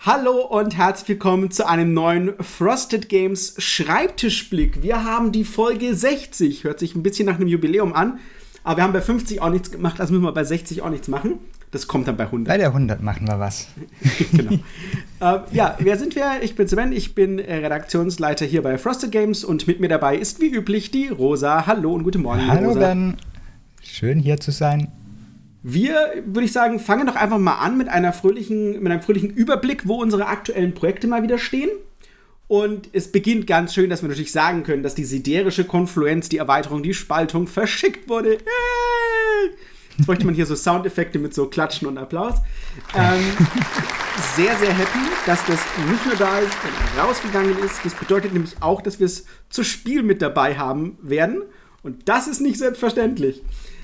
Hallo und herzlich willkommen zu einem neuen Frosted Games Schreibtischblick. Wir haben die Folge 60, hört sich ein bisschen nach einem Jubiläum an, aber wir haben bei 50 auch nichts gemacht, also müssen wir bei 60 auch nichts machen. Das kommt dann bei 100. Bei der 100 machen wir was. Genau. Wer sind wir? Ich bin Sven, ich bin Redaktionsleiter hier bei Frosted Games und mit mir dabei ist wie üblich die Rosa. Hallo und guten Morgen, Hallo Rosa. Ben, schön hier zu sein. Wir, würde ich sagen, fangen doch einfach mal an mit einem fröhlichen Überblick, wo unsere aktuellen Projekte mal wieder stehen. Und es beginnt ganz schön, dass wir natürlich sagen können, dass die siderische Konfluenz, die Erweiterung, die Spaltung verschickt wurde. Yay! Jetzt bräuchte man hier so Soundeffekte mit so Klatschen und Applaus. Sehr, sehr happy, dass das nicht nur da ist, sondern rausgegangen ist. Das bedeutet nämlich auch, dass wir es zu Spiel mit dabei haben werden. Und das ist nicht selbstverständlich.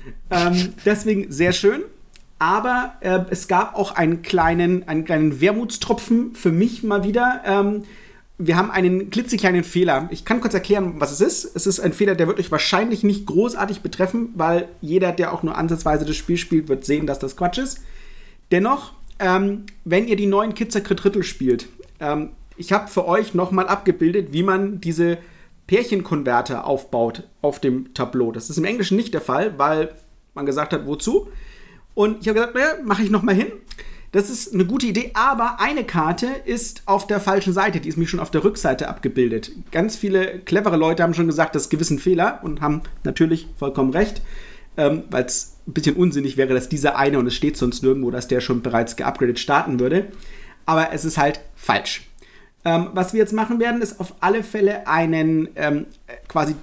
Deswegen sehr schön, aber es gab auch einen kleinen Wermutstropfen für mich mal wieder. Wir haben einen klitzekleinen Fehler. Ich kann kurz erklären, was es ist. Es ist ein Fehler, der wird euch wahrscheinlich nicht großartig betreffen, weil jeder, der auch nur ansatzweise das Spiel spielt, wird sehen, dass das Quatsch ist. Dennoch, wenn ihr die neuen Kids-Crit-Riddle spielt, ich habe für euch nochmal abgebildet, wie man diese Pärchenkonverter aufbaut auf dem Tableau. Das ist im Englischen nicht der Fall, weil man gesagt hat, wozu. Und ich habe gesagt, naja, mache ich nochmal hin. Das ist eine gute Idee, aber eine Karte ist auf der falschen Seite. Die ist nämlich schon auf der Rückseite abgebildet. Ganz viele clevere Leute haben schon gesagt, das ist gewiss ein Fehler und haben natürlich vollkommen recht, weil es ein bisschen unsinnig wäre, dass dieser eine, und es steht sonst nirgendwo, dass der schon bereits geupgradet starten würde. Aber es ist halt falsch. Was wir jetzt machen werden, ist auf alle Fälle einen quasi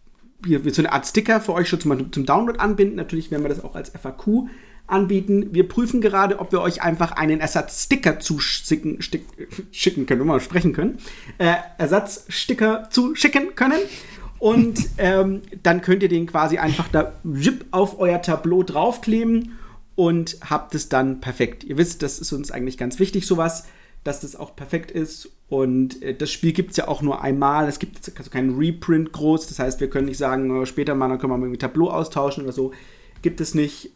so eine Art Sticker für euch schon zum Download anbinden. Natürlich werden wir das auch als FAQ anbieten. Wir prüfen gerade, ob wir euch einfach einen Ersatzsticker schicken können, wenn wir mal sprechen können. Ersatzsticker zuschicken können. Und dann könnt ihr den quasi einfach da auf euer Tableau draufkleben und habt es dann perfekt. Ihr wisst, das ist uns eigentlich ganz wichtig, sowas, dass das auch perfekt ist. Und das Spiel gibt es ja auch nur einmal. Es gibt also keinen Reprint groß. Das heißt, wir können nicht sagen, später mal, dann können wir mal irgendwie Tableau austauschen oder so. Gibt es nicht.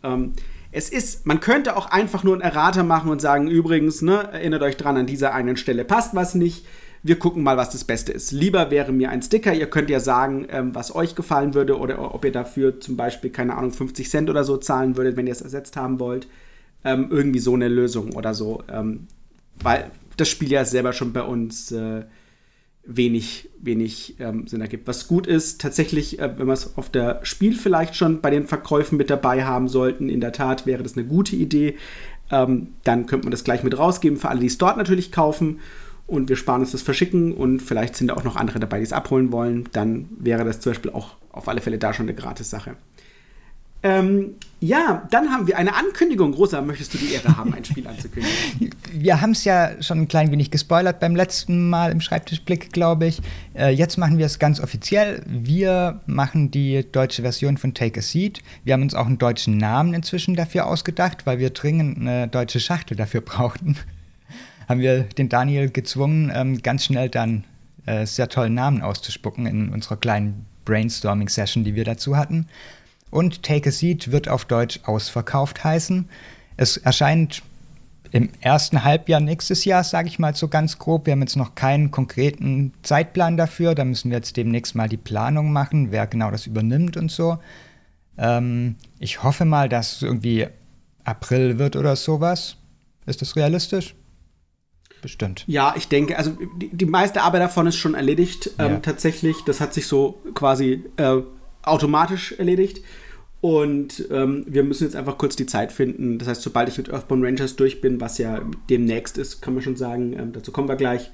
Man könnte auch einfach nur ein Errata machen und sagen, übrigens, erinnert euch dran, an dieser einen Stelle passt was nicht. Wir gucken mal, was das Beste ist. Lieber wäre mir ein Sticker. Ihr könnt ja sagen, was euch gefallen würde oder ob ihr dafür zum Beispiel, keine Ahnung, 50 Cent oder so zahlen würdet, wenn ihr es ersetzt haben wollt. Irgendwie so eine Lösung oder so. Weil das Spiel ja selber schon bei uns wenig Sinn ergibt. Was gut ist, tatsächlich, wenn wir es auf der Spiel vielleicht schon bei den Verkäufen mit dabei haben sollten, in der Tat wäre das eine gute Idee. Dann könnte man das gleich mit rausgeben für alle, die es dort natürlich kaufen. Und wir sparen uns das Verschicken und vielleicht sind da auch noch andere dabei, die es abholen wollen. Dann wäre das zum Beispiel auch auf alle Fälle da schon eine Gratis-Sache. Dann haben wir eine Ankündigung. Rosa, möchtest du die Ehre haben, ein Spiel anzukündigen? Wir haben es ja schon ein klein wenig gespoilert beim letzten Mal im Schreibtischblick, glaube ich. Jetzt machen wir es ganz offiziell. Wir machen die deutsche Version von Take a Seat. Wir haben uns auch einen deutschen Namen inzwischen dafür ausgedacht, weil wir dringend eine deutsche Schachtel dafür brauchten. Haben wir den Daniel gezwungen, ganz schnell dann sehr tollen Namen auszuspucken in unserer kleinen Brainstorming-Session, die wir dazu hatten. Und Take a Seat wird auf Deutsch ausverkauft heißen. Es erscheint im ersten Halbjahr nächstes Jahr, sage ich mal so ganz grob. Wir haben jetzt noch keinen konkreten Zeitplan dafür. Da müssen wir jetzt demnächst mal die Planung machen, wer genau das übernimmt und so. Ich hoffe mal, dass es irgendwie April wird oder sowas. Ist das realistisch? Bestimmt. Ja, ich denke, also die meiste Arbeit davon ist schon erledigt. Tatsächlich, das hat sich so quasi automatisch erledigt. Und wir müssen jetzt einfach kurz die Zeit finden. Das heißt, sobald ich mit Earthbound Rangers durch bin, was ja demnächst ist, kann man schon sagen, dazu kommen wir gleich,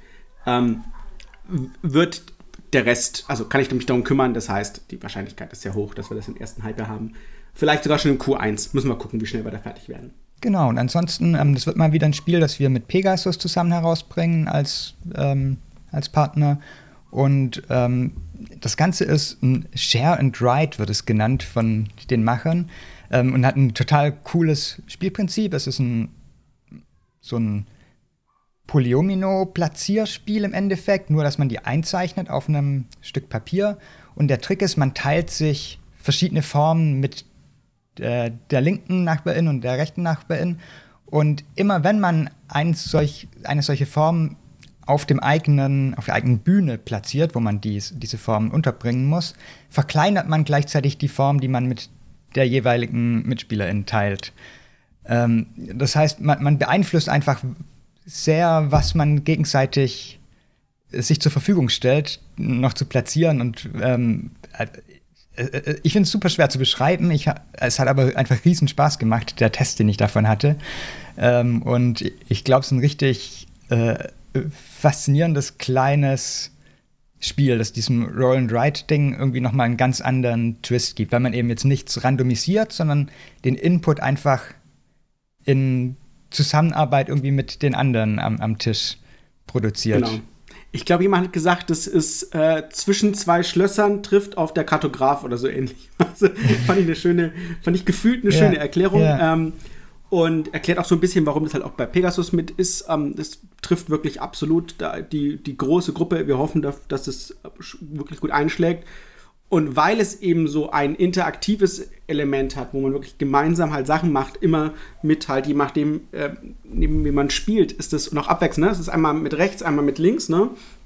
wird der Rest, also kann ich mich darum kümmern. Das heißt, die Wahrscheinlichkeit ist sehr hoch, dass wir das im ersten Halbjahr haben. Vielleicht sogar schon im Q1. Müssen wir gucken, wie schnell wir da fertig werden. Genau, und ansonsten, das wird mal wieder ein Spiel, das wir mit Pegasus zusammen herausbringen als Partner. Und das Ganze ist ein Share and Write, wird es genannt von den Machern, und hat ein total cooles Spielprinzip. Es ist so ein Polyomino-Platzierspiel im Endeffekt, nur dass man die einzeichnet auf einem Stück Papier. Und der Trick ist, man teilt sich verschiedene Formen mit der linken Nachbarin und der rechten Nachbarin Und immer wenn man eine solche Form auf der eigenen Bühne platziert, wo man diese Formen unterbringen muss, verkleinert man gleichzeitig die Form, die man mit der jeweiligen Mitspielerin teilt. Das heißt, man beeinflusst einfach sehr, was man gegenseitig sich zur Verfügung stellt, noch zu platzieren. Und ich finde es super schwer zu beschreiben. Es hat aber einfach riesen Spaß gemacht, der Test, den ich davon hatte. Und ich glaube, es ist ein richtig faszinierendes, kleines Spiel, das diesem Roll-and-Write-Ding irgendwie nochmal einen ganz anderen Twist gibt, weil man eben jetzt nichts randomisiert, sondern den Input einfach in Zusammenarbeit irgendwie mit den anderen am Tisch produziert. Genau. Ich glaube, jemand hat gesagt, das ist zwischen zwei Schlössern trifft auf der Kartograf oder so ähnlich. Also, fand ich gefühlt eine schöne Erklärung. Ja. Und erklärt auch so ein bisschen, warum das halt auch bei Pegasus mit ist. Das trifft wirklich absolut die große Gruppe. Wir hoffen, dass das wirklich gut einschlägt. Und weil es eben so ein interaktives Element hat, wo man wirklich gemeinsam halt Sachen macht, immer mit halt, je nachdem, wie man spielt, ist das noch abwechselnd. Ne? Es ist einmal mit rechts, einmal mit links. Ne?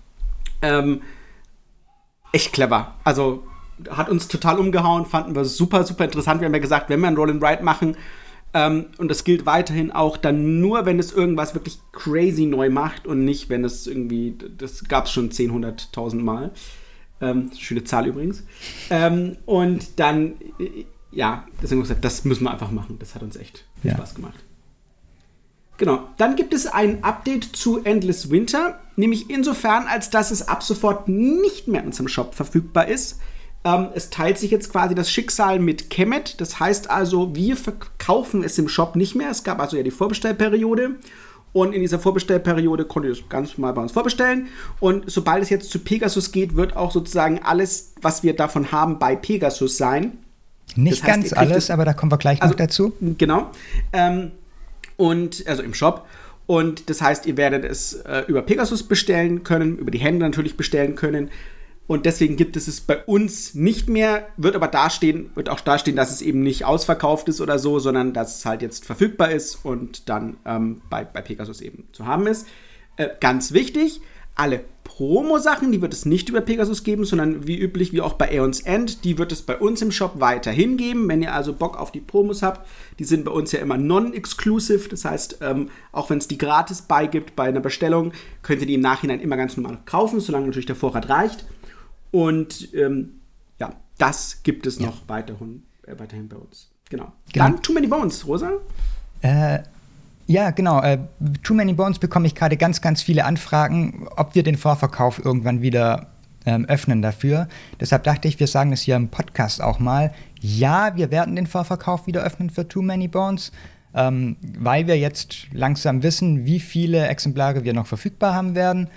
Echt clever. Also hat uns total umgehauen, fanden wir super, super interessant. Wir haben ja gesagt, wenn wir ein Roll and Write machen, und das gilt weiterhin auch dann nur, wenn es irgendwas wirklich crazy neu macht und nicht, wenn es irgendwie, das gab es schon 10, 100.000 Mal. Schöne Zahl übrigens. Und dann, deswegen haben wir gesagt, das müssen wir einfach machen. Das hat uns echt viel Spaß gemacht. Genau. Dann gibt es ein Update zu Endless Winter, nämlich insofern, als dass es ab sofort nicht mehr in unserem Shop verfügbar ist. Es teilt sich jetzt quasi das Schicksal mit Kemet. Das heißt also, wir verkaufen es im Shop nicht mehr. Es gab also ja die Vorbestellperiode. Und in dieser Vorbestellperiode konnte ich das ganz normal bei uns vorbestellen. Und sobald es jetzt zu Pegasus geht, wird auch sozusagen alles, was wir davon haben, bei Pegasus sein. Nicht das heißt, ganz alles, aber da kommen wir gleich noch dazu. Genau. Und also im Shop. Und das heißt, ihr werdet es über Pegasus bestellen können, über die Händler natürlich bestellen können. Und deswegen gibt es bei uns nicht mehr, wird auch dastehen, dass es eben nicht ausverkauft ist oder so, sondern dass es halt jetzt verfügbar ist und dann bei Pegasus eben zu haben ist. Ganz wichtig, alle Promo-Sachen, die wird es nicht über Pegasus geben, sondern wie üblich, wie auch bei Aeon's End, die wird es bei uns im Shop weiterhin geben. Wenn ihr also Bock auf die Promos habt, die sind bei uns ja immer non-exclusive, das heißt, auch wenn es die gratis beigibt bei einer Bestellung, könnt ihr die im Nachhinein immer ganz normal kaufen, solange natürlich der Vorrat reicht. Und das gibt es noch weiterhin bei uns. Genau. Dann Too Many Bones, Rosa? Ja, genau. Too Many Bones bekomme ich gerade ganz, ganz viele Anfragen, ob wir den Vorverkauf irgendwann wieder öffnen dafür. Deshalb dachte ich, wir sagen das hier im Podcast auch mal. Ja, wir werden den Vorverkauf wieder öffnen für Too Many Bones, weil wir jetzt langsam wissen, wie viele Exemplare wir noch verfügbar haben werden.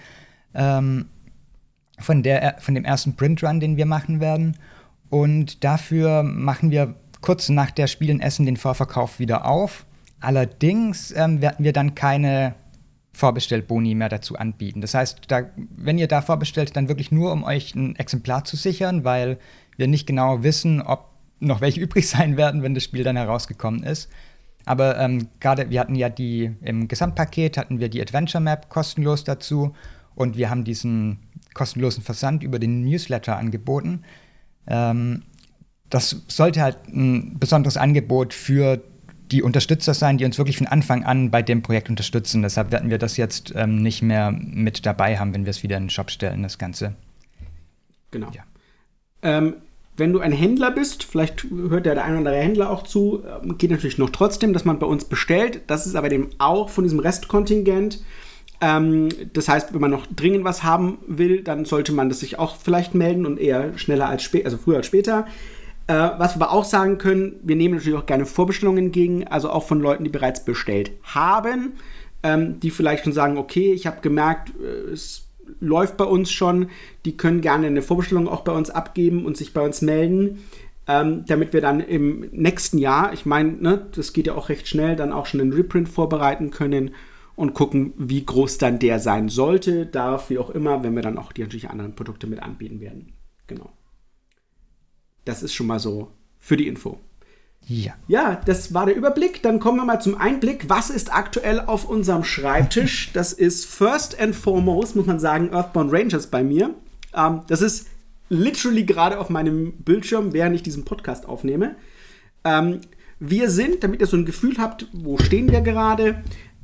Von dem ersten Printrun, den wir machen werden. Und dafür machen wir kurz nach der Spiel in Essen den Vorverkauf wieder auf. Allerdings werden wir dann keine Vorbestellboni mehr dazu anbieten. Das heißt, wenn ihr da vorbestellt, dann wirklich nur, um euch ein Exemplar zu sichern, weil wir nicht genau wissen, ob noch welche übrig sein werden, wenn das Spiel dann herausgekommen ist. Aber gerade, wir hatten ja im Gesamtpaket hatten wir die Adventure Map kostenlos dazu und wir haben diesen kostenlosen Versand über den Newsletter angeboten. Das sollte halt ein besonderes Angebot für die Unterstützer sein, die uns wirklich von Anfang an bei dem Projekt unterstützen. Deshalb werden wir das jetzt nicht mehr mit dabei haben, wenn wir es wieder in den Shop stellen, das Ganze. Genau. Ja. Wenn du ein Händler bist, vielleicht hört der eine oder andere Händler auch zu, geht natürlich noch trotzdem, dass man bei uns bestellt. Das ist aber eben auch von diesem Restkontingent. Das heißt, wenn man noch dringend was haben will, dann sollte man das sich auch vielleicht melden und eher schneller als später, also früher als später. Was wir aber auch sagen können, wir nehmen natürlich auch gerne Vorbestellungen entgegen, also auch von Leuten, die bereits bestellt haben, die vielleicht schon sagen, okay, ich habe gemerkt, es läuft bei uns schon, die können gerne eine Vorbestellung auch bei uns abgeben und sich bei uns melden, damit wir dann im nächsten Jahr, ich meine, ne, das geht ja auch recht schnell, dann auch schon einen Reprint vorbereiten können und gucken, wie groß dann der sein sollte, darf, wie auch immer, wenn wir dann auch die natürlich anderen Produkte mit anbieten werden. Genau. Das ist schon mal so für die Info. Ja. Ja, das war der Überblick. Dann kommen wir mal zum Einblick. Was ist aktuell auf unserem Schreibtisch? Das ist first and foremost, muss man sagen, Earthbound Rangers bei mir. Das ist literally gerade auf meinem Bildschirm, während ich diesen Podcast aufnehme. Wir sind, damit ihr so ein Gefühl habt, wo stehen wir gerade,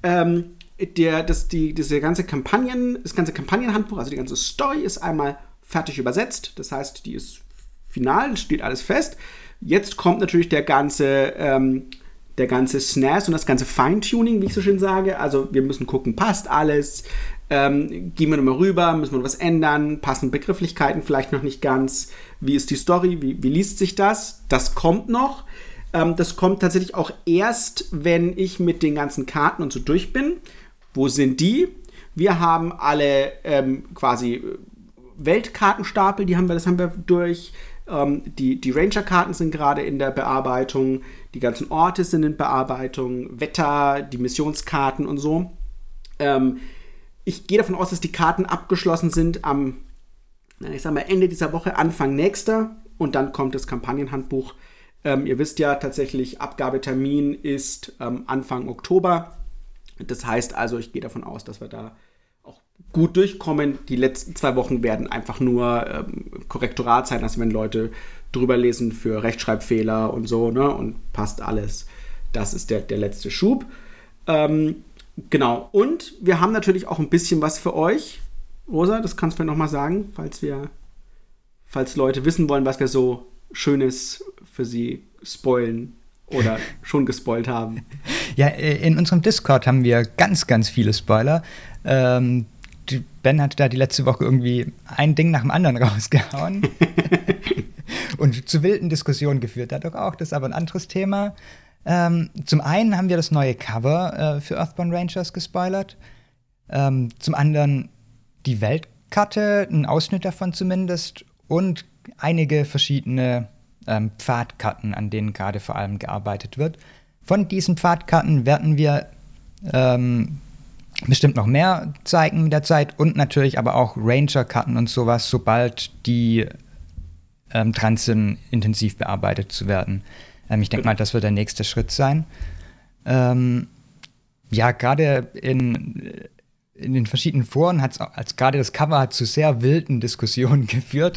das ganze Kampagnenhandbuch, also die ganze Story ist einmal fertig übersetzt. Das heißt, die ist final, steht alles fest. Jetzt kommt natürlich der ganze SNES und das ganze Feintuning, wie ich so schön sage. Also wir müssen gucken, passt alles, gehen wir nochmal rüber, müssen wir noch was ändern, passen Begrifflichkeiten vielleicht noch nicht ganz, wie ist die Story, wie liest sich das? Das kommt noch. Das kommt tatsächlich auch erst, wenn ich mit den ganzen Karten und so durch bin. Wo sind die? Wir haben alle quasi Weltkartenstapel, das haben wir durch. Die Ranger-Karten sind gerade in der Bearbeitung, die ganzen Orte sind in Bearbeitung, Wetter, die Missionskarten und so. Ich gehe davon aus, dass die Karten abgeschlossen sind am, Ende dieser Woche, Anfang nächster, und dann kommt das Kampagnenhandbuch. Ihr wisst ja tatsächlich, Abgabetermin ist Anfang Oktober. Das heißt also, ich gehe davon aus, dass wir da auch gut durchkommen. Die letzten 2 Wochen werden einfach nur Korrektorat sein, also wenn Leute drüber lesen für Rechtschreibfehler und so, ne, und passt alles. Das ist der letzte Schub. Genau. Und wir haben natürlich auch ein bisschen was für euch. Rosa, das kannst du mir nochmal sagen, falls Leute wissen wollen, was wir so Schönes für sie spoilen oder schon gespoilt haben. Ja, in unserem Discord haben wir ganz, ganz viele Spoiler. Ben hat da die letzte Woche irgendwie ein Ding nach dem anderen rausgehauen und zu wilden Diskussionen geführt hat doch auch. Das ist aber ein anderes Thema. Zum einen haben wir das neue Cover für Earthbound Rangers gespoilert. Zum anderen die Weltkarte, einen Ausschnitt davon zumindest, und einige verschiedene Pfadkarten, an denen gerade vor allem gearbeitet wird. Von diesen Pfadkarten werden wir bestimmt noch mehr zeigen mit der Zeit und natürlich aber auch Ranger-Karten und sowas, sobald die dran sind, intensiv bearbeitet zu werden. Ich denke mal, das wird der nächste Schritt sein. Ja, gerade in den verschiedenen Foren als gerade das Cover hat zu sehr wilden Diskussionen geführt,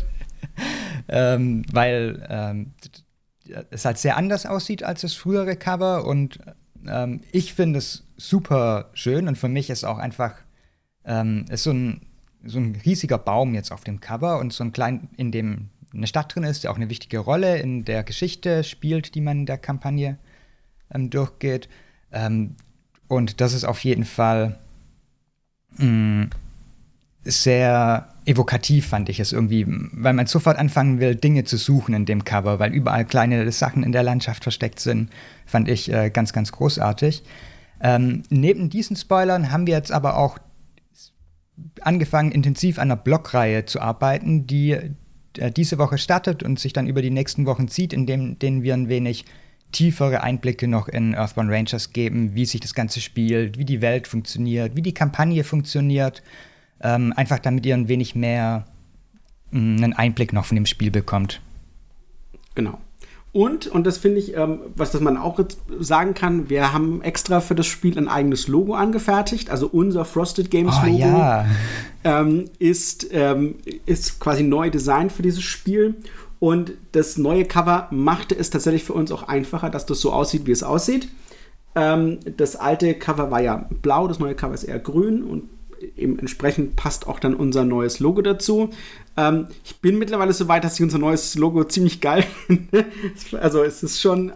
weil es halt sehr anders aussieht als das frühere Cover, und ich finde es super schön, und für mich ist auch einfach ist so ein riesiger Baum jetzt auf dem Cover und so ein klein, in dem eine Stadt drin ist, der auch eine wichtige Rolle in der Geschichte spielt, die man in der Kampagne durchgeht. Und das ist auf jeden Fall sehr evokativ, fand ich es irgendwie, weil man sofort anfangen will, Dinge zu suchen in dem Cover, weil überall kleine Sachen in der Landschaft versteckt sind, fand ich ganz, ganz großartig. Neben diesen Spoilern haben wir jetzt aber auch angefangen, intensiv an einer Blogreihe zu arbeiten, die diese Woche startet und sich dann über die nächsten Wochen zieht, in denen wir ein wenig tiefere Einblicke noch in Earthbound Rangers geben, wie sich das Ganze spielt, wie die Welt funktioniert, wie die Kampagne funktioniert, einfach damit ihr ein wenig mehr einen Einblick noch von dem Spiel bekommt. Genau. Und das finde ich, was man auch jetzt sagen kann, wir haben extra für das Spiel ein eigenes Logo angefertigt. Also unser Frosted Games Logo ja. ist quasi neu designt für dieses Spiel. Und das neue Cover machte es tatsächlich für uns auch einfacher, dass das so aussieht, wie es aussieht. Das alte Cover war ja blau, das neue Cover ist eher grün, und eben entsprechend passt auch dann unser neues Logo dazu. Ich bin mittlerweile so weit, dass ich unser neues Logo ziemlich geil finde. Also es ist schon,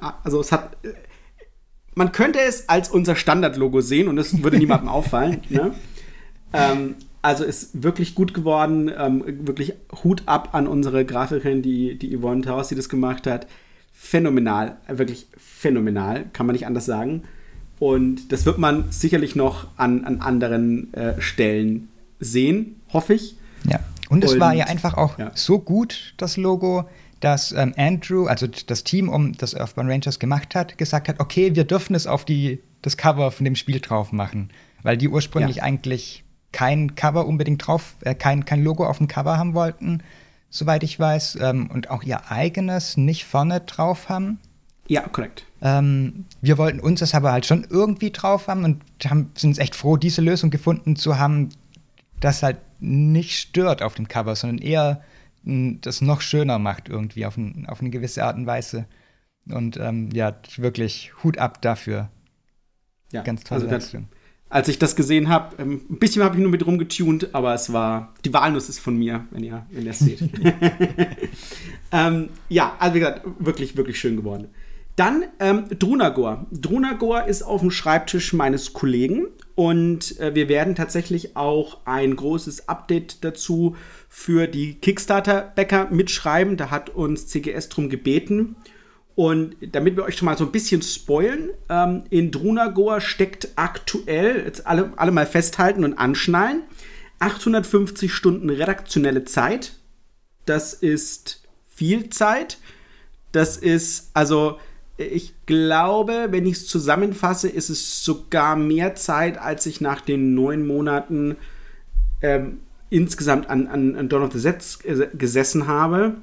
man könnte es als unser Standard-Logo sehen und es würde niemandem auffallen. Ne? Also ist wirklich gut geworden. Wirklich Hut ab an unsere Grafikerin, die Yvonne Taus, die das gemacht hat. Phänomenal, wirklich phänomenal, kann man nicht anders sagen. Und das wird man sicherlich noch an anderen Stellen sehen, hoffe ich. Ja, und es war ja einfach auch so gut, das Logo, dass Andrew, also das Team, das Earthbound Rangers gemacht hat, gesagt hat, okay, wir dürfen es auf das Cover von dem Spiel drauf machen. Weil die ursprünglich eigentlich kein Cover unbedingt drauf, kein Logo auf dem Cover haben wollten, soweit ich weiß. Und auch ihr eigenes nicht vorne drauf haben. Ja, korrekt. Wir wollten uns das aber halt schon irgendwie drauf haben und sind uns echt froh, diese Lösung gefunden zu haben, das halt nicht stört auf dem Cover, sondern eher das noch schöner macht irgendwie auf eine gewisse Art und Weise. Und wirklich Hut ab dafür. Ja, ganz tolle Leistung. Als ich das gesehen habe, ein bisschen habe ich nur mit rumgetunt, aber die Walnuss ist von mir, wenn ihr es seht. Also wie gesagt, wirklich, wirklich schön geworden. Dann Drunagor. Drunagor ist auf dem Schreibtisch meines Kollegen und wir werden tatsächlich auch ein großes Update dazu für die Kickstarter-Bäcker mitschreiben. Da hat uns CGS drum gebeten. Und damit wir euch schon mal so ein bisschen spoilen, in Drunagor steckt aktuell, jetzt alle mal festhalten und anschnallen, 850 Stunden redaktionelle Zeit. Das ist viel Zeit. Das ist, also ich glaube, wenn ich es zusammenfasse, ist es sogar mehr Zeit, als ich nach den 9 Monaten insgesamt an Dawn of the Dead gesessen habe.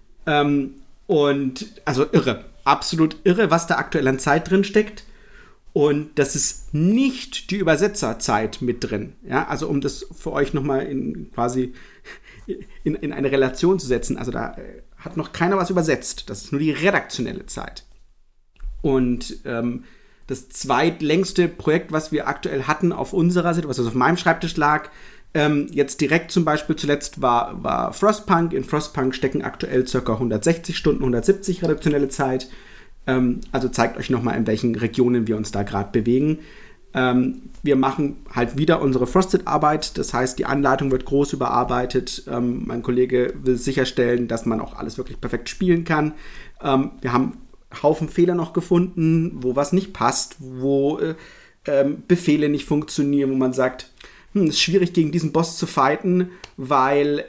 Und also irre, absolut irre, was da aktuell an Zeit drin steckt. Und das ist nicht die Übersetzerzeit mit drin. Ja, also um das für euch nochmal in eine Relation zu setzen. Also da hat noch keiner was übersetzt. Das ist nur die redaktionelle Zeit. Und das zweitlängste Projekt, was wir aktuell hatten auf unserer Seite, was also auf meinem Schreibtisch lag, jetzt direkt zum Beispiel zuletzt war Frostpunk. In Frostpunk stecken aktuell ca. 160 Stunden, 170 redaktionelle Zeit. Also zeigt euch nochmal, in welchen Regionen wir uns da gerade bewegen. Wir machen halt wieder unsere Frosted-Arbeit. Das heißt, die Anleitung wird groß überarbeitet. Mein Kollege will sicherstellen, dass man auch alles wirklich perfekt spielen kann. Wir haben Haufen Fehler noch gefunden, wo was nicht passt, wo Befehle nicht funktionieren, wo man sagt, es ist schwierig, gegen diesen Boss zu fighten, weil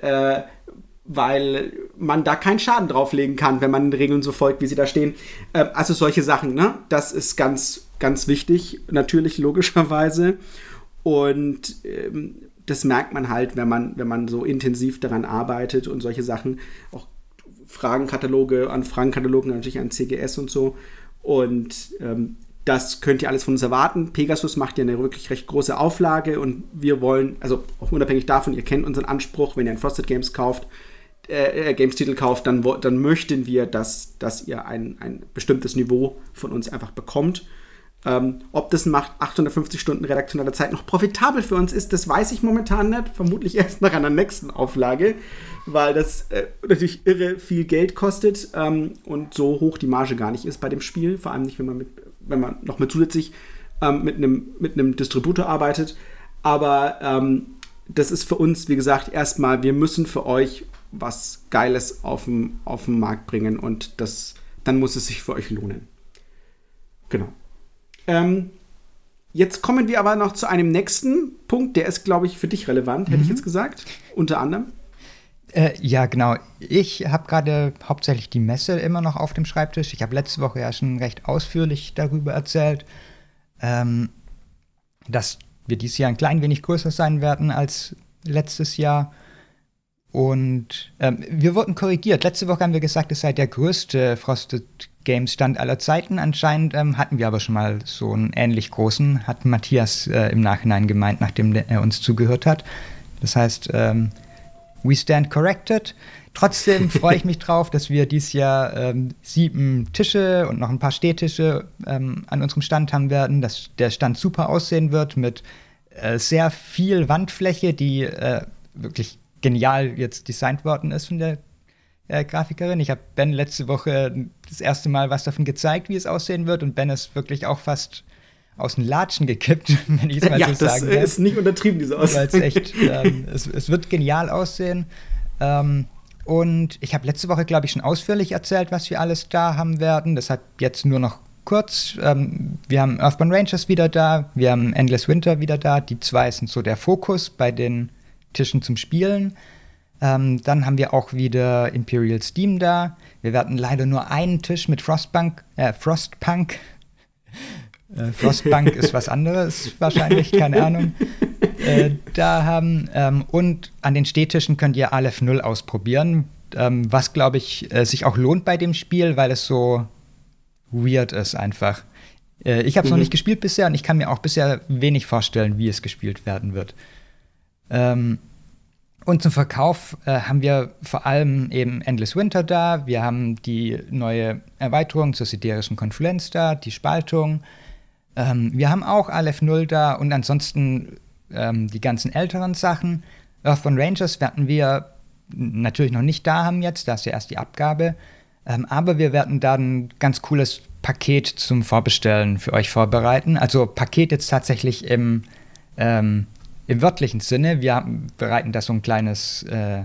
man da keinen Schaden drauflegen kann, wenn man den Regeln so folgt, wie sie da stehen. Also solche Sachen, ne? Das ist ganz, ganz wichtig, natürlich, logischerweise. Und das merkt man halt, wenn man so intensiv daran arbeitet und solche Sachen, auch Fragenkataloge natürlich an CGS und so. Und das könnt ihr alles von uns erwarten. Pegasus macht ja eine wirklich recht große Auflage und wir wollen, also auch unabhängig davon, ihr kennt unseren Anspruch, wenn ihr ein Frosted Games Games-Titel kauft, dann möchten wir, dass ihr ein bestimmtes Niveau von uns einfach bekommt. Ob das nach 850 Stunden redaktioneller Zeit noch profitabel für uns ist, das weiß ich momentan nicht. Vermutlich erst nach einer nächsten Auflage, weil das natürlich irre viel Geld kostet und so hoch die Marge gar nicht ist bei dem Spiel. Vor allem nicht, wenn man noch mit zusätzlich mit einem Distributor arbeitet. Aber das ist für uns, wie gesagt, erstmal, wir müssen für euch was Geiles auf den Markt bringen und dann muss es sich für euch lohnen. Genau. Jetzt kommen wir aber noch zu einem nächsten Punkt, der ist, glaube ich, für dich relevant, hätte ich jetzt gesagt, unter anderem. Ja, genau. Ich habe gerade hauptsächlich die Messe immer noch auf dem Schreibtisch. Ich habe letzte Woche ja schon recht ausführlich darüber erzählt, dass wir dieses Jahr ein klein wenig größer sein werden als letztes Jahr. Und wir wurden korrigiert. Letzte Woche haben wir gesagt, es sei der größte Frosted Games Stand aller Zeiten. Anscheinend hatten wir aber schon mal so einen ähnlich großen, hat Matthias im Nachhinein gemeint, nachdem er uns zugehört hat. Das heißt, we stand corrected. Trotzdem freue ich mich drauf, dass wir dieses Jahr 7 Tische und noch ein paar Stehtische an unserem Stand haben werden, dass der Stand super aussehen wird mit sehr viel Wandfläche, die wirklich genial jetzt designt worden ist von der Grafikerin. Ich habe Ben letzte Woche das erste Mal was davon gezeigt, wie es aussehen wird, und Ben ist wirklich auch fast aus den Latschen gekippt, wenn ich es mal so sagen darf. Ja, das ist nicht untertrieben, diese Aussage. Weil es echt, es wird genial aussehen. Und ich habe letzte Woche, glaube ich, schon ausführlich erzählt, was wir alles da haben werden. Deshalb jetzt nur noch kurz. Wir haben Earthbound Rangers wieder da, wir haben Endless Winter wieder da. Die 2 sind so der Fokus bei den Tischen zum Spielen. Dann haben wir auch wieder Imperial Steam da. Wir werden leider nur einen Tisch mit Frostpunk. Frostpunk ist was anderes wahrscheinlich, keine Ahnung. Da haben. Und an den Stehtischen könnt ihr Aleph 0 ausprobieren, was, glaube ich, sich auch lohnt bei dem Spiel, weil es so weird ist einfach. Ich habe es noch nicht gespielt bisher und ich kann mir auch bisher wenig vorstellen, wie es gespielt werden wird. Und zum Verkauf haben wir vor allem eben Endless Winter da. Wir haben die neue Erweiterung zur siderischen Konfluenz da, die Spaltung. Wir haben auch Aleph 0 da und ansonsten die ganzen älteren Sachen. Earthbound Rangers werden wir natürlich noch nicht da haben jetzt, da ist ja erst die Abgabe. Aber wir werden da ein ganz cooles Paket zum Vorbestellen für euch vorbereiten. Also Paket jetzt tatsächlich im wörtlichen Sinne. Wir bereiten da so ein kleines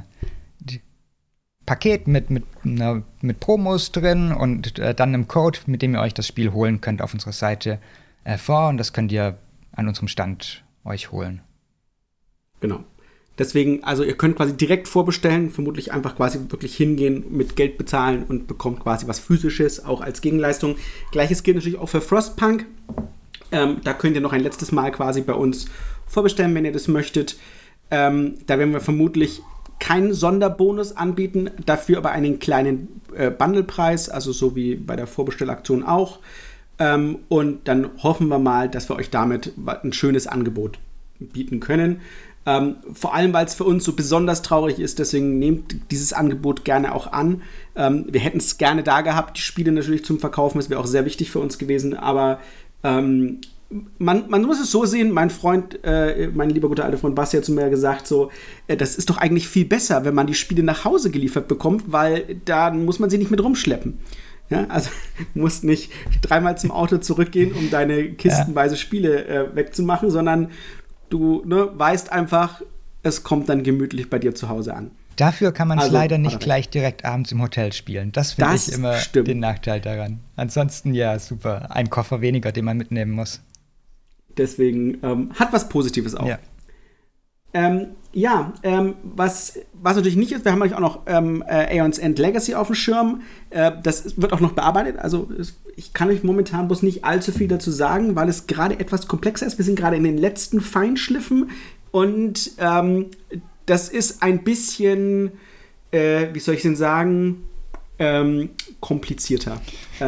Paket mit Promos drin und dann einem Code, mit dem ihr euch das Spiel holen könnt auf unserer Seite vor. Und das könnt ihr an unserem Stand euch holen. Genau. Deswegen, also ihr könnt quasi direkt vorbestellen, vermutlich einfach quasi wirklich hingehen, mit Geld bezahlen und bekommt quasi was Physisches, auch als Gegenleistung. Gleiches gilt natürlich auch für Frostpunk. Da könnt ihr noch ein letztes Mal quasi bei uns vorbestellen, wenn ihr das möchtet. Da werden wir vermutlich keinen Sonderbonus anbieten, dafür aber einen kleinen Bundlepreis, also so wie bei der Vorbestellaktion auch. Und dann hoffen wir mal, dass wir euch damit ein schönes Angebot bieten können. Vor allem, weil es für uns so besonders traurig ist, deswegen nehmt dieses Angebot gerne auch an. Wir hätten es gerne da gehabt, die Spiele natürlich zum Verkaufen, das wäre auch sehr wichtig für uns gewesen, aber man muss es so sehen, mein Freund, mein lieber guter alter Freund Basti hat zu mir gesagt, so, das ist doch eigentlich viel besser, wenn man die Spiele nach Hause geliefert bekommt, weil dann muss man sie nicht mit rumschleppen. Ja, also du musst nicht 3-mal zum Auto zurückgehen, um deine kistenweise Spiele wegzumachen, sondern du weißt einfach, es kommt dann gemütlich bei dir zu Hause an. Dafür kann man es leider nicht gleich direkt abends im Hotel spielen. Das finde ich immer den Nachteil daran. Ansonsten, ja, super. Ein Koffer weniger, den man mitnehmen muss. Deswegen hat was Positives auch. Was natürlich nicht ist, wir haben natürlich auch noch Aeon's End Legacy auf dem Schirm. Das wird auch noch bearbeitet. Also ich kann euch momentan bloß nicht allzu viel dazu sagen, weil es gerade etwas komplexer ist. Wir sind gerade in den letzten Feinschliffen und das ist ein bisschen, wie soll ich denn sagen, komplizierter.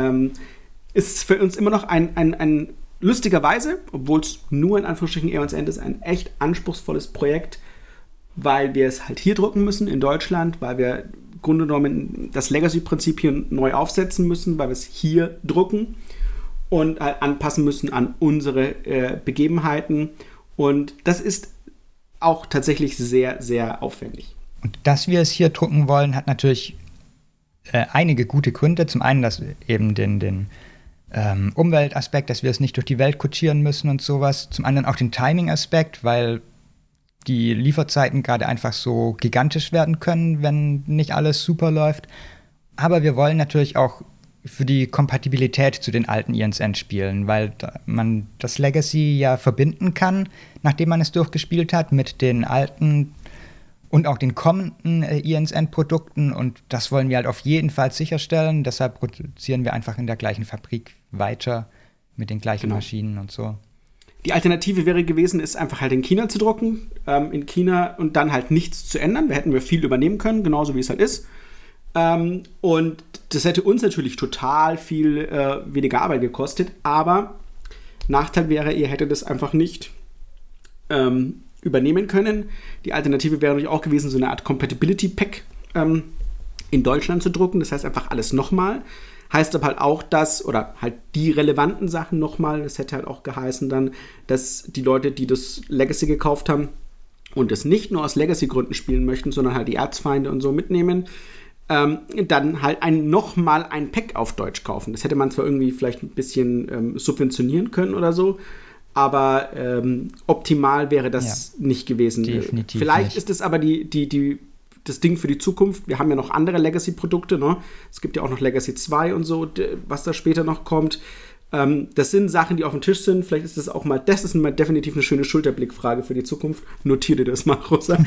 Ist für uns immer noch ein lustigerweise, obwohl es nur in Anführungsstrichen Aeon's End ist, ein echt anspruchsvolles Projekt, weil wir es halt hier drucken müssen in Deutschland, weil wir im Grunde genommen das Legacy-Prinzip hier neu aufsetzen müssen, weil wir es hier drucken und halt anpassen müssen an unsere Begebenheiten. Und das ist auch tatsächlich sehr, sehr aufwendig. Und dass wir es hier drucken wollen, hat natürlich einige gute Gründe. Zum einen, dass eben den Umweltaspekt, dass wir es nicht durch die Welt kutschieren müssen und sowas. Zum anderen auch den Timing-Aspekt, weil die Lieferzeiten gerade einfach so gigantisch werden können, wenn nicht alles super läuft. Aber wir wollen natürlich auch für die Kompatibilität zu den alten Aeon's End Spielen, weil man das Legacy ja verbinden kann, nachdem man es durchgespielt hat, mit den alten und auch den kommenden Aeon's End Produkten, und das wollen wir halt auf jeden Fall sicherstellen. Deshalb produzieren wir einfach in der gleichen Fabrik weiter mit den gleichen Maschinen und so. Die Alternative wäre gewesen, es einfach halt in China zu drucken, in China, und dann halt nichts zu ändern. Da hätten wir viel übernehmen können, genauso wie es halt ist. Und das hätte uns natürlich total viel weniger Arbeit gekostet, aber Nachteil wäre, ihr hättet das einfach nicht übernehmen können. Die Alternative wäre natürlich auch gewesen, so eine Art Compatibility Pack in Deutschland zu drucken. Das heißt einfach alles nochmal. Heißt aber halt auch das, oder halt die relevanten Sachen nochmal, das hätte halt auch geheißen dann, dass die Leute, die das Legacy gekauft haben und es nicht nur aus Legacy-Gründen spielen möchten, sondern halt die Erzfeinde und so mitnehmen, dann halt nochmal ein Pack auf Deutsch kaufen. Das hätte man zwar irgendwie vielleicht ein bisschen subventionieren können oder so, aber optimal wäre das nicht gewesen. Definitiv vielleicht nicht. Ist es aber das Ding für die Zukunft. Wir haben ja noch andere Legacy-Produkte, ne? Es gibt ja auch noch Legacy 2 und so, was da später noch kommt. Das sind Sachen, die auf dem Tisch sind. Vielleicht ist das auch mal, das ist mal definitiv eine schöne Schulterblickfrage für die Zukunft. Notiere dir das mal, Rosa.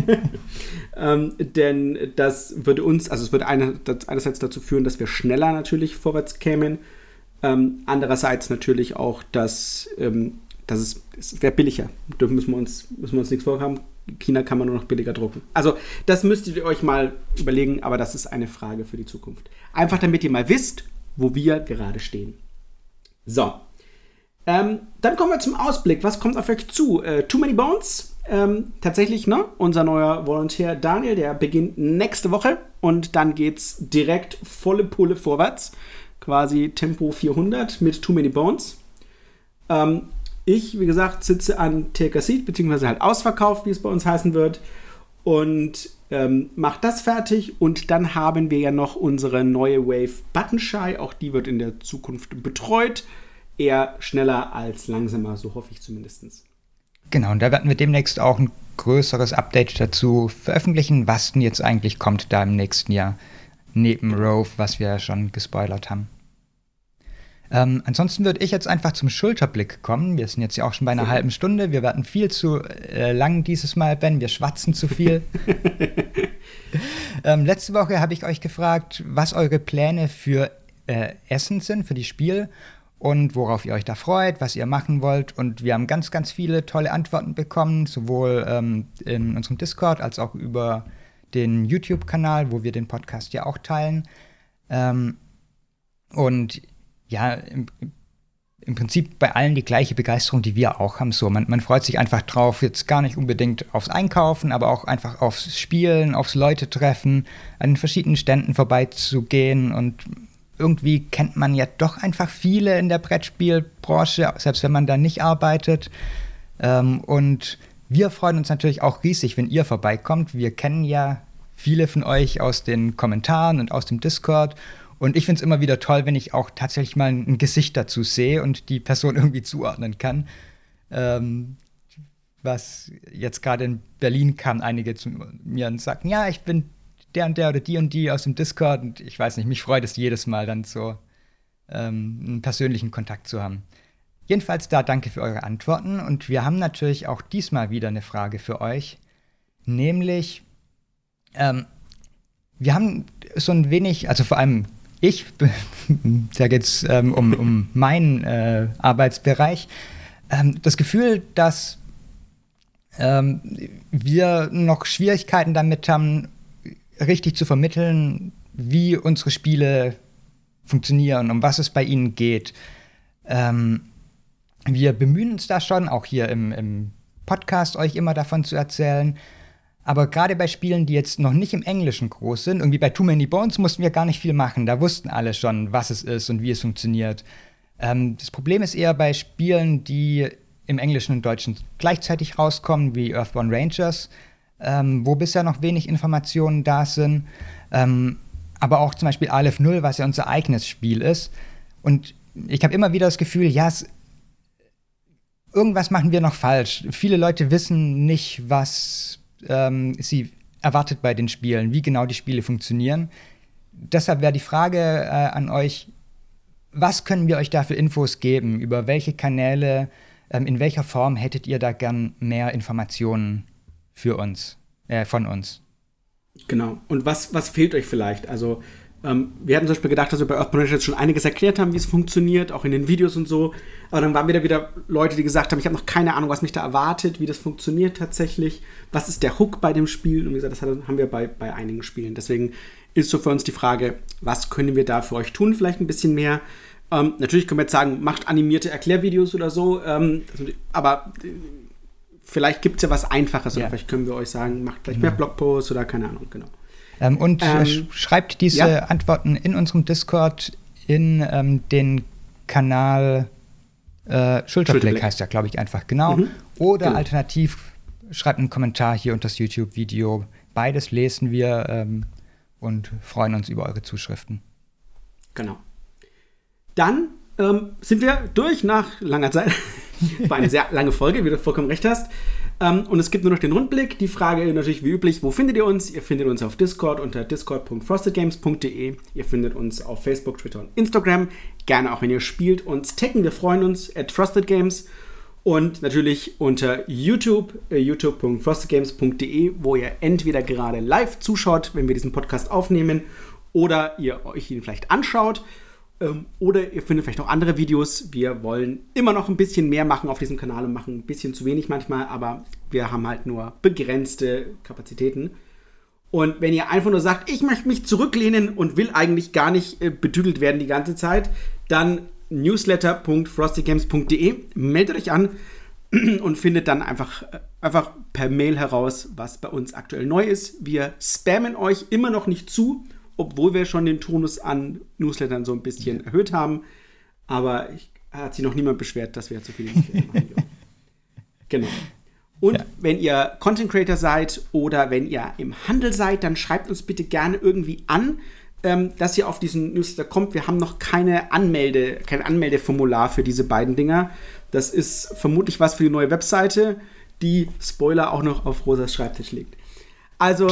Denn das würde uns, also es würde einerseits dazu führen, dass wir schneller natürlich vorwärts kämen. Andererseits natürlich auch, dass es wäre billiger. Da müssen wir uns nichts vorhaben. China kann man nur noch billiger drucken. Also das müsstet ihr euch mal überlegen, aber das ist eine Frage für die Zukunft. Einfach damit ihr mal wisst, wo wir gerade stehen. So. Dann kommen wir zum Ausblick. Was kommt auf euch zu? Too Many Bones. Tatsächlich, ne? Unser neuer Volontär Daniel, der beginnt nächste Woche. Und dann geht's direkt volle Pulle vorwärts. Quasi Tempo 400 mit Too Many Bones. Ich, wie gesagt, sitze an Take a Seat, beziehungsweise halt ausverkauft, wie es bei uns heißen wird. Und mache das fertig. Und dann haben wir ja noch unsere neue Wave Buttonshy. Auch die wird in der Zukunft betreut. Eher schneller als langsamer, so hoffe ich zumindest. Genau, und da werden wir demnächst auch ein größeres Update dazu veröffentlichen, was denn jetzt eigentlich kommt da im nächsten Jahr, neben Rove, was wir ja schon gespoilert haben. Ansonsten würde ich jetzt einfach zum Schulterblick kommen. Wir sind jetzt ja auch schon bei einer halben Stunde. Wir werden viel zu lang dieses Mal, Ben. Wir schwatzen zu viel. Letzte Woche habe ich euch gefragt, was eure Pläne für Essen sind, für die Spiel und worauf ihr euch da freut, was ihr machen wollt. Und wir haben ganz, ganz viele tolle Antworten bekommen, sowohl in unserem Discord als auch über den YouTube-Kanal, wo wir den Podcast ja auch teilen. Und ja, im Prinzip bei allen die gleiche Begeisterung, die wir auch haben. So, man freut sich einfach drauf, jetzt gar nicht unbedingt aufs Einkaufen, aber auch einfach aufs Spielen, aufs Leute-Treffen, an den verschiedenen Ständen vorbeizugehen. Und irgendwie kennt man ja doch einfach viele in der Brettspielbranche, selbst wenn man da nicht arbeitet. Und wir freuen uns natürlich auch riesig, wenn ihr vorbeikommt. Wir kennen ja viele von euch aus den Kommentaren und aus dem Discord. Und ich finde es immer wieder toll, wenn ich auch tatsächlich mal ein Gesicht dazu sehe und die Person irgendwie zuordnen kann. Was jetzt gerade in Berlin kamen einige zu mir und sagten, ja, ich bin der und der oder die aus dem Discord. Und ich weiß nicht, mich freut es jedes Mal dann so, einen persönlichen Kontakt zu haben. Jedenfalls da danke für eure Antworten. Und wir haben natürlich auch diesmal wieder eine Frage für euch. Nämlich, wir haben so ein wenig, also vor allem da geht es um meinen Arbeitsbereich, das Gefühl, dass wir noch Schwierigkeiten damit haben, richtig zu vermitteln, wie unsere Spiele funktionieren, um was es bei ihnen geht. Wir bemühen uns da schon, auch hier im Podcast euch immer davon zu erzählen. Aber gerade bei Spielen, die jetzt noch nicht im Englischen groß sind, irgendwie bei Too Many Bones mussten wir gar nicht viel machen. Da wussten alle schon, was es ist und wie es funktioniert. Das Problem ist eher bei Spielen, die im Englischen und Deutschen gleichzeitig rauskommen, wie Earthbound Rangers, wo bisher noch wenig Informationen da sind. Aber auch zum Beispiel Aleph 0, was ja unser eigenes Spiel ist. Und ich habe immer wieder das Gefühl, ja, irgendwas machen wir noch falsch. Viele Leute wissen nicht, was sie erwartet bei den Spielen, wie genau die Spiele funktionieren. Deshalb wäre die Frage an euch, was können wir euch da für Infos geben? Über welche Kanäle, in welcher Form hättet ihr da gern mehr Informationen für uns, von uns? Genau. Und was fehlt euch vielleicht? Also, wir hatten zum Beispiel gedacht, dass wir bei Earthbound Rangers schon einiges erklärt haben, wie es funktioniert, auch in den Videos und so. Aber dann waren wieder Leute, die gesagt haben, ich habe noch keine Ahnung, was mich da erwartet, wie das funktioniert tatsächlich. Was ist der Hook bei dem Spiel? Und wie gesagt, das haben wir bei einigen Spielen. Deswegen ist so für uns die Frage, was können wir da für euch tun? Vielleicht ein bisschen mehr. Natürlich können wir jetzt sagen, macht animierte Erklärvideos oder so. Aber vielleicht gibt es ja was Einfaches. Oder vielleicht können wir euch sagen, macht vielleicht mehr Blogposts oder keine Ahnung, genau. Schreibt diese Antworten in unserem Discord in den Kanal Schulterblick heißt ja, glaube ich, einfach, genau. Oder genau. Alternativ schreibt einen Kommentar hier unter das YouTube-Video. Beides lesen wir und freuen uns über eure Zuschriften. Genau. Dann sind wir durch nach langer Zeit. War eine sehr lange Folge, wie du vollkommen recht hast. Und es gibt nur noch den Rundblick. Die Frage natürlich wie üblich, wo findet ihr uns? Ihr findet uns auf Discord unter discord.frostedgames.de. Ihr findet uns auf Facebook, Twitter und Instagram. Gerne auch, wenn ihr spielt, uns taggen. Wir freuen uns @frostedgames. Und natürlich unter YouTube, youtube.frostedgames.de, wo ihr entweder gerade live zuschaut, wenn wir diesen Podcast aufnehmen, oder ihr euch ihn vielleicht anschaut. Oder ihr findet vielleicht noch andere Videos. Wir wollen immer noch ein bisschen mehr machen auf diesem Kanal und machen ein bisschen zu wenig manchmal, aber wir haben halt nur begrenzte Kapazitäten. Und wenn ihr einfach nur sagt, ich möchte mich zurücklehnen und will eigentlich gar nicht betüdelt werden die ganze Zeit, dann newsletter.frostygames.de, meldet euch an und findet dann einfach per Mail heraus, was bei uns aktuell neu ist. Wir spammen euch immer noch nicht zu, obwohl wir schon den Tonus an Newslettern so ein bisschen erhöht haben. Aber hat sich noch niemand beschwert, dass wir zu viele Newsletter machen. Genau. Und wenn ihr Content Creator seid oder wenn ihr im Handel seid, dann schreibt uns bitte gerne irgendwie an, dass ihr auf diesen Newsletter kommt. Wir haben noch kein Anmeldeformular für diese beiden Dinger. Das ist vermutlich was für die neue Webseite, die, Spoiler, auch noch auf Rosas Schreibtisch liegt. Also,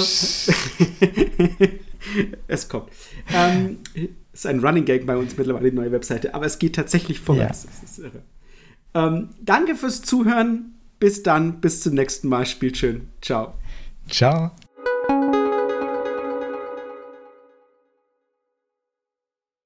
es kommt. Ist ein Running Gag bei uns mittlerweile, die neue Webseite, aber es geht tatsächlich vorwärts. Ja. Das ist irre. Danke fürs Zuhören. Bis dann, bis zum nächsten Mal. Spielt schön. Ciao. Ciao.